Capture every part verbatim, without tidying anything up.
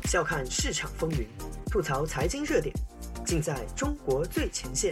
笑看市场风云，吐槽财经热点，尽在中国最前线。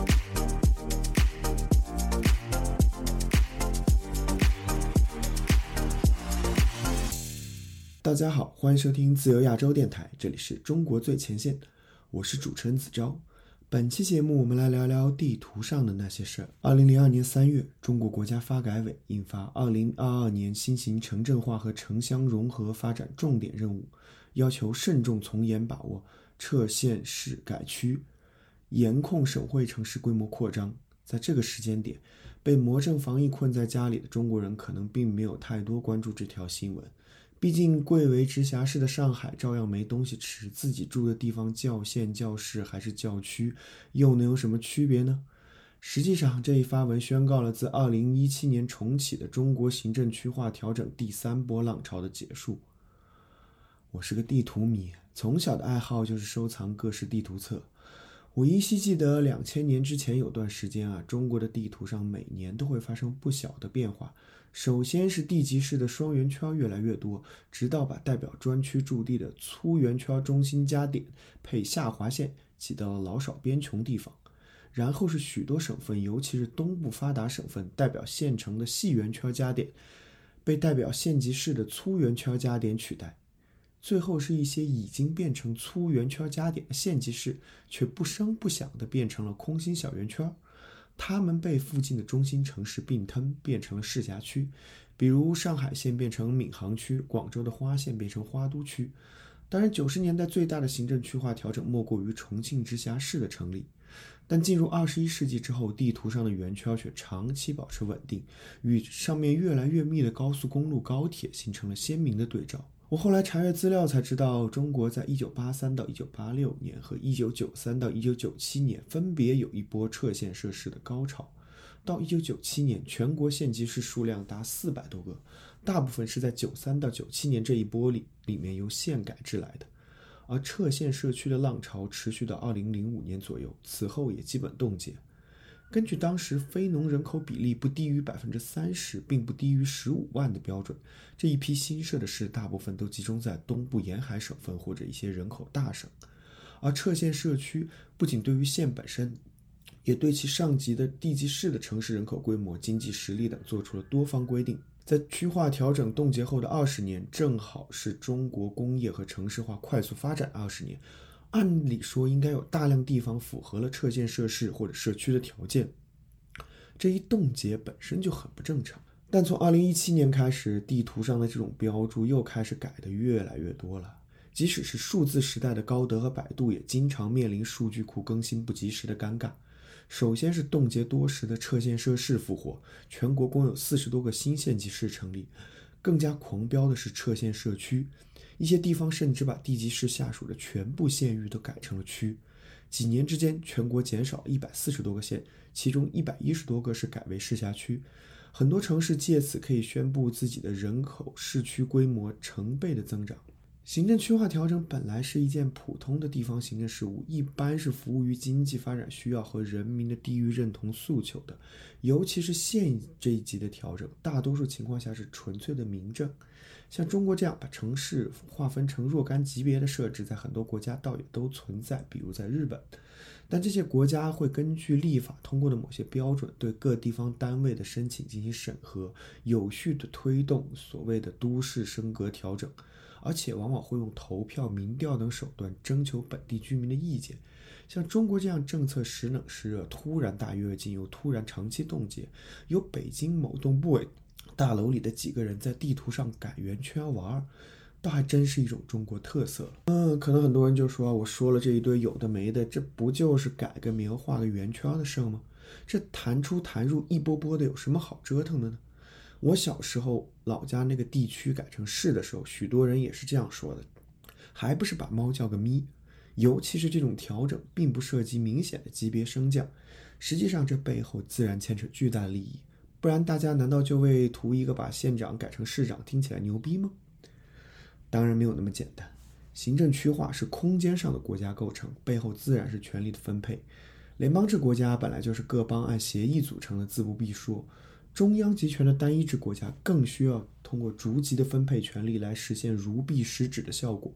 大家好，欢迎收听自由亚洲电台，这里是中国最前线，我是主持人子昭。本期节目我们来聊聊地图上的那些事儿。二零零二年三月，中国国家发改委印发《二零二二年新型城镇化和城乡融合发展重点任务》，要求慎重从严把握撤县市改区，严控省会城市规模扩张。在这个时间点，被魔怔防疫困在家里的中国人可能并没有太多关注这条新闻。毕竟贵为直辖市的上海照样没东西吃，自己住的地方叫县叫市还是叫区，又能有什么区别呢？实际上，这一发文宣告了自二零一七年重启的中国行政区划调整第三波浪潮的结束。我是个地图迷，从小的爱好就是收藏各式地图册。我依稀记得两千年之前有段时间啊，中国的地图上每年都会发生不小的变化。首先是地级市的双圆圈越来越多，直到把代表专区驻地的粗圆圈中心加点配下划线挤到了老少边穷地方。然后是许多省份，尤其是东部发达省份，代表县城的细圆圈加点被代表县级市的粗圆圈加点取代。最后是一些已经变成粗圆圈加点的县级市，却不声不响地变成了空心小圆圈。他们被附近的中心城市并吞，变成了市辖区，比如上海县变成闵行区，广州的花县变成花都区。当然九十年代最大的行政区划调整莫过于重庆直辖市的成立。但进入二十一世纪之后，地图上的圆圈却长期保持稳定，与上面越来越密的高速公路、高铁形成了鲜明的对照。我后来查阅资料才知道，中国在一九八三到一九八六年和一九九三到一九九七年分别有一波撤县设市的高潮。到一九九七年，全国县级市数量达四百多个，大部分是在九三到九七年这一波里里面由县改制来的。而撤县社区的浪潮持续到二零零五年左右，此后也基本冻结。根据当时非农人口比例不低于 百分之三十 并不低于十五万的标准，这一批新设的市大部分都集中在东部沿海省份或者一些人口大省。而撤县社区不仅对于县本身，也对其上级的地级市的城市人口规模、经济实力等做出了多方规定。在区划调整冻结后的二十年，正好是中国工业和城市化快速发展二十年。按理说应该有大量地方符合了撤县设市或者社区的条件，这一冻结本身就很不正常。但从二零一七年开始，地图上的这种标注又开始改得越来越多了。即使是数字时代的高德和百度，也经常面临数据库更新不及时的尴尬。首先是冻结多时的撤县设市复活，全国共有四十多个新县级市成立。更加狂飙的是撤县社区，一些地方甚至把地级市下属的全部县域都改成了区。几年之间，全国减少了一百四十多个县，其中一百一十多个是改为市辖区。很多城市借此可以宣布自己的人口市区规模成倍的增长。行政区划调整本来是一件普通的地方行政事务，一般是服务于经济发展需要和人民的地域认同诉求的。尤其是县这一级的调整，大多数情况下是纯粹的民政。像中国这样把城市划分成若干级别的设置，在很多国家倒也都存在，比如在日本。但这些国家会根据立法通过的某些标准，对各地方单位的申请进行审核，有序地推动所谓的都市升格调整，而且往往会用投票、民调等手段征求本地居民的意见。像中国这样政策时冷时热，突然大跃进又突然长期冻结，有北京某栋部委大楼里的几个人在地图上改圆圈玩，倒还真是一种中国特色了。嗯，可能很多人就说，我说了这一堆有的没的，这不就是改个名画个圆圈的事吗？这弹出弹入一波波的，有什么好折腾的呢？我小时候老家那个地区改成市的时候，许多人也是这样说的，还不是把猫叫个咪。尤其是这种调整并不涉及明显的级别升降，实际上这背后自然牵扯巨大的利益，不然大家难道就为图一个把县长改成市长听起来牛逼吗？当然没有那么简单。行政区划是空间上的国家构成，背后自然是权力的分配。联邦制国家本来就是各邦按协议组成的，自不必说。中央集权的单一制国家更需要通过逐级的分配权力来实现如臂使指的效果。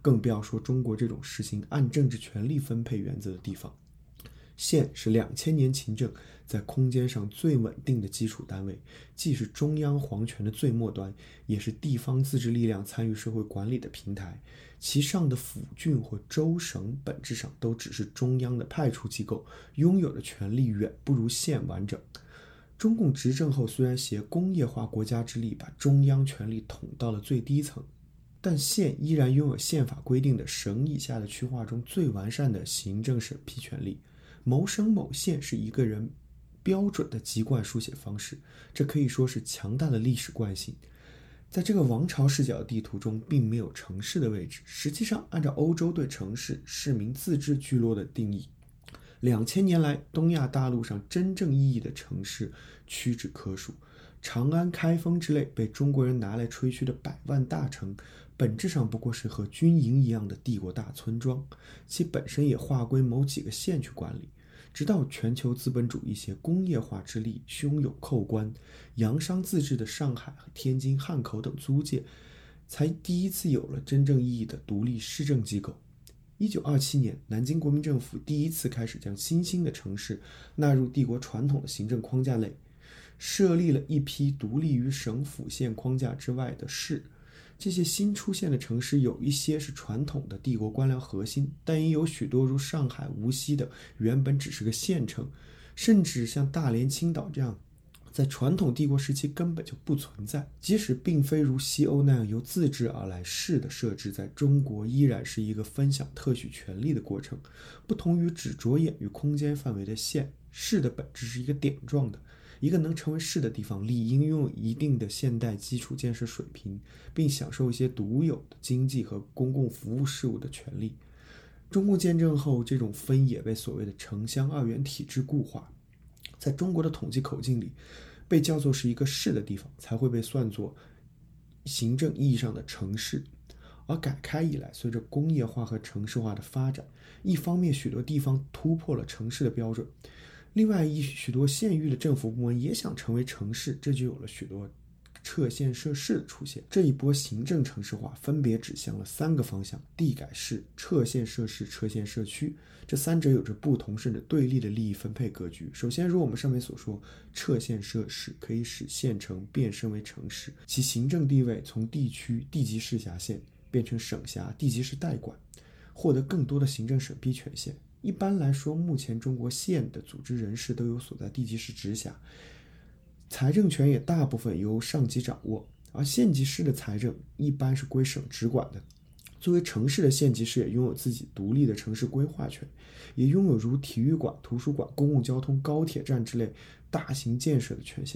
更不要说中国这种实行按政治权力分配原则的地方。县是两千年勤政在空间上最稳定的基础单位，既是中央皇权的最末端，也是地方自治力量参与社会管理的平台。其上的府郡或州省本质上都只是中央的派出机构，拥有的权力远不如县完整。中共执政后，虽然携工业化国家之力把中央权力统到了最低层，但县依然拥有宪法规定的省以下的区划中最完善的行政审批权力。某省某县是一个人标准的籍贯书写方式，这可以说是强大的历史惯性。在这个王朝视角的地图中，并没有城市的位置。实际上，按照欧洲对城市、市民自治聚落的定义，两千年来，东亚大陆上真正意义的城市屈指可数。长安、开封之类被中国人拿来吹嘘的百万大城，本质上不过是和军营一样的帝国大村庄，其本身也划归某几个县去管理。直到全球资本主义携工业化之力汹涌扣关，洋商自治的上海和天津、汉口等租界才第一次有了真正意义的独立市政机构。一九二七年，南京国民政府第一次开始将新兴的城市纳入帝国传统的行政框架内，设立了一批独立于省府县框架之外的市。这些新出现的城市有一些是传统的帝国官僚核心，但也有许多如上海、无锡的原本只是个县城，甚至像大连、青岛这样在传统帝国时期根本就不存在。即使并非如西欧那样由自治而来，市的设置在中国依然是一个分享特许权利的过程。不同于只着眼于空间范围的县，市的本质是一个点状的。一个能成为市的地方，理应拥有一定的现代基础建设水平，并享受一些独有的经济和公共服务事务的权利。中共建政后，这种分野被所谓的城乡二元体制固化。在中国的统计口径里，被叫做是一个市的地方，才会被算作行政意义上的城市。而改开以来，随着工业化和城市化的发展，一方面许多地方突破了城市的标准，另外一许多县域的政府部门也想成为城市，这就有了许多撤县设市的出现。这一波行政城市化分别指向了三个方向：地改市、撤县设市、撤县设区。这三者有着不同甚至对立的利益分配格局。首先，如我们上面所说，撤县设市可以使县城变身为城市，其行政地位从地区地级市辖县变成省辖地级市代管，获得更多的行政审批权限。一般来说，目前中国县的组织人事都有所在地级市直辖，财政权也大部分由上级掌握，而县级市的财政一般是归省直管的。作为城市的县级市也拥有自己独立的城市规划权，也拥有如体育馆、图书馆、公共交通、高铁站之类大型建设的权限。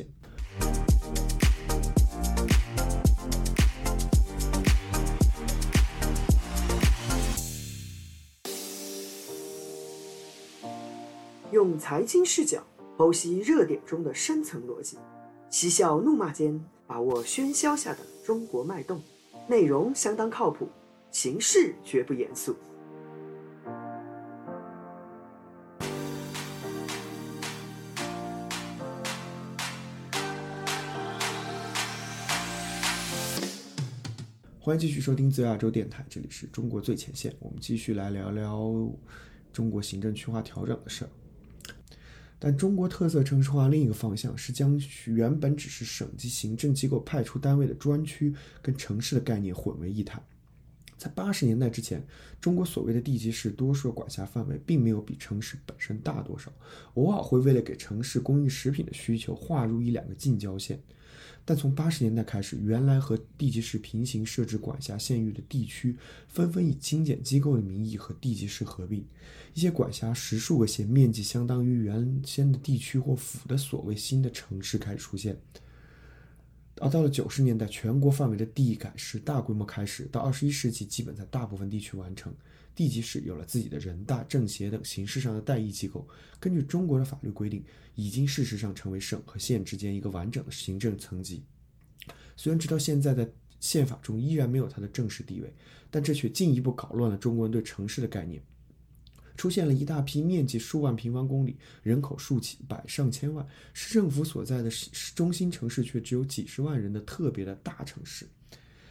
用财经视角剖析热点中的深层逻辑，嬉笑怒骂间把握喧嚣下的中国脉动。内容相当靠谱，形式绝不严肃。 欢迎继续收听自由亚洲电台，这里是中国最前线。我们继续来聊聊中国行政区划调整的事儿。但中国特色城市化另一个方向是将原本只是省级行政机构派出单位的专区跟城市的概念混为一谈。在八十年代之前，中国所谓的地级市多数管辖范围并没有比城市本身大多少，偶尔会为了给城市供应食品的需求划入一两个近郊县。但从八十年代开始，原来和地级市平行设置管辖县域的地区纷纷以精简机构的名义和地级市合并，一些管辖十数个县、面积相当于原先的地区或府的所谓新的城市开始出现。而到了九十年代，全国范围的地改市大规模开始，到二十一世纪基本在大部分地区完成。地级市有了自己的人大、政协等形式上的代议机构，根据中国的法律规定，已经事实上成为省和县之间一个完整的行政层级。虽然直到现在在宪法中依然没有它的正式地位，但这却进一步搞乱了中国人对城市的概念。出现了一大批面积数万平方公里、人口数百上千万、市政府所在的中心城市却只有几十万人的特别的大城市。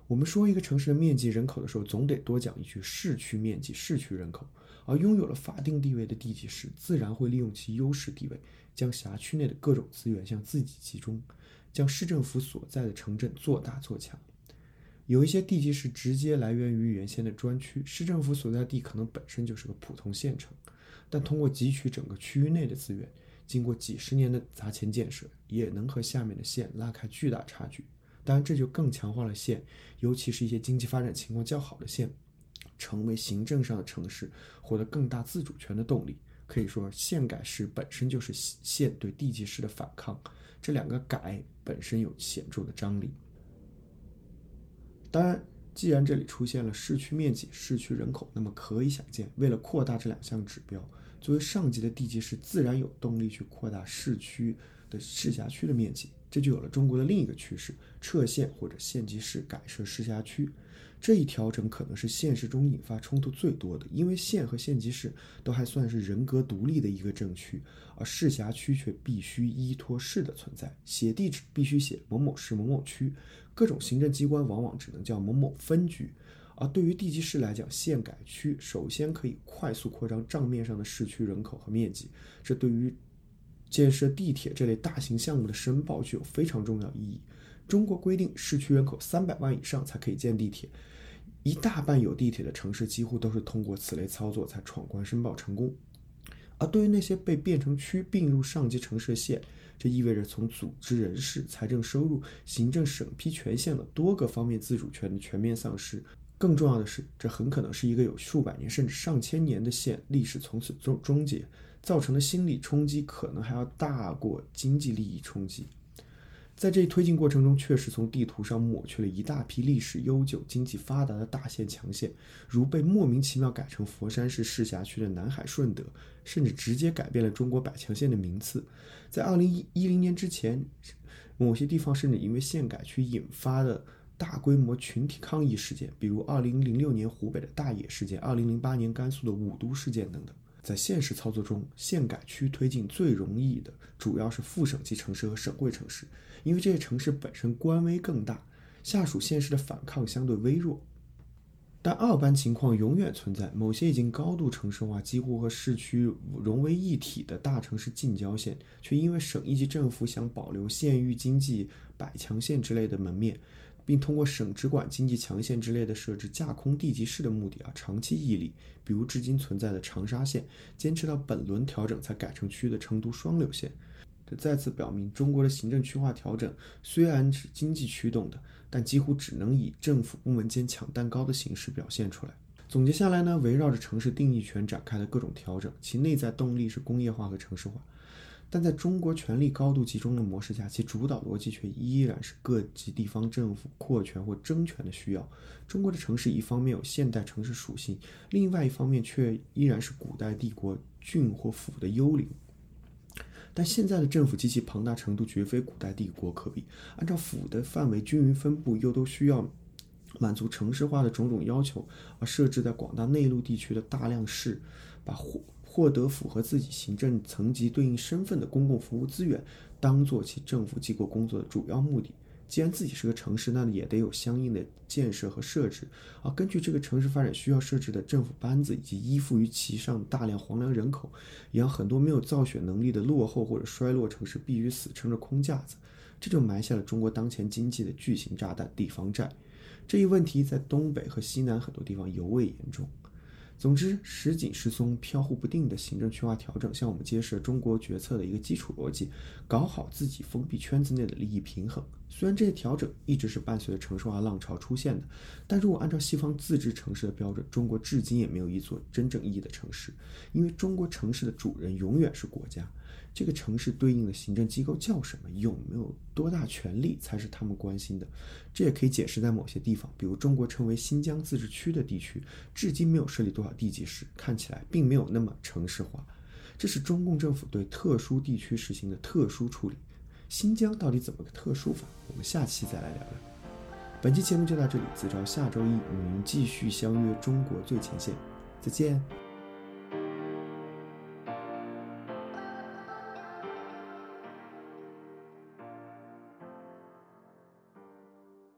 我们说一个城市的面积人口的时候，总得多讲一句市区面积、市区人口。而拥有了法定地位的地级市，自然会利用其优势地位，将辖区内的各种资源向自己集中，将市政府所在的城镇做大做强。有一些地级市直接来源于原先的专区，市政府所在地可能本身就是个普通县城，但通过汲取整个区域内的资源，经过几十年的砸钱建设，也能和下面的县拉开巨大差距。当然，这就更强化了县，尤其是一些经济发展情况较好的县，成为行政上的城市，获得更大自主权的动力。可以说，县改市本身就是县对地级市的反抗，这两个改本身有显著的张力。当然，既然这里出现了市区面积、市区人口，那么可以想见，为了扩大这两项指标，作为上级的地级市自然有动力去扩大市区的市辖区的面积，这就有了中国的另一个趋势：撤县或者县级市改设市辖区。这一调整可能是现实中引发冲突最多的，因为县和县级市都还算是人格独立的一个政区，而市辖区却必须依托市的存在，写地址必须写某某市某某区，各种行政机关往往只能叫某某分局。而对于地级市来讲，县改区首先可以快速扩张账面上的市区人口和面积，这对于建设地铁这类大型项目的申报具有非常重要意义。中国规定市区人口三百万以上才可以建地铁，一大半有地铁的城市几乎都是通过此类操作才闯关申报成功。而对于那些被变成区并入上级城市的县，这意味着从组织人事、财政收入、行政审批权限的多个方面自主权的全面丧失。更重要的是，这很可能是一个有数百年甚至上千年的县历史从此终结，造成的心理冲击可能还要大过经济利益冲击。在这一推进过程中，确实从地图上抹去了一大批历史悠久、经济发达的大县强县，如被莫名其妙改成佛山市市辖区的南海顺德，甚至直接改变了中国百强县的名次。在二零一零年之前，某些地方甚至因为县改区引发的大规模群体抗议事件，比如二零零六年湖北的大冶事件、二零零八年甘肃的五都事件等等。在现实操作中，县改区推进最容易的主要是副省级城市和省会城市，因为这些城市本身官威更大，下属县市的反抗相对微弱。但二般情况永远存在，某些已经高度城市化、几乎和市区融为一体的大城市近郊县，却因为省一级政府想保留县域经济百强县之类的门面，并通过省直管经济强县之类的设置架空地级市的目的啊，长期屹立。比如至今存在的长沙县，坚持到本轮调整才改成区的成都双流县。这再次表明，中国的行政区划调整虽然是经济驱动的，但几乎只能以政府部门间抢蛋糕的形式表现出来。总结下来呢，围绕着城市定义权展开的各种调整，其内在动力是工业化和城市化。但在中国权力高度集中的模式下，其主导逻辑却依然是各级地方政府扩权或争权的需要。中国的城市一方面有现代城市属性，另外一方面却依然是古代帝国郡或府的幽灵。但现在的政府及其庞大程度绝非古代帝国可比，按照府的范围均匀分布，又都需要满足城市化的种种要求，而设置在广大内陆地区的大量市，把获获得符合自己行政层级对应身份的公共服务资源当作其政府机构工作的主要目的。既然自己是个城市，那也得有相应的建设和设置，而根据这个城市发展需要设置的政府班子，以及依附于其上大量黄梁人口，也让很多没有造血能力的落后或者衰落城市必须死撑着空架子。这就埋下了中国当前经济的巨型炸弹——地方债。这一问题在东北和西南很多地方尤为严重。总之，时紧时松、飘忽不定的行政区划调整向我们揭示了中国决策的一个基础逻辑：搞好自己封闭圈子内的利益平衡。虽然这些调整一直是伴随着城市化浪潮出现的，但如果按照西方自治城市的标准，中国至今也没有一座真正意义的城市，因为中国城市的主人永远是国家。这个城市对应的行政机构叫什么，有没有多大权力，才是他们关心的。这也可以解释在某些地方，比如中国称为新疆自治区的地区，至今没有设立多少地级市，看起来并没有那么城市化。这是中共政府对特殊地区实行的特殊处理。新疆到底怎么个特殊法？我们下期再来聊聊。本期节目就到这里，子昭下周一与您继续相约中国最前线，再见。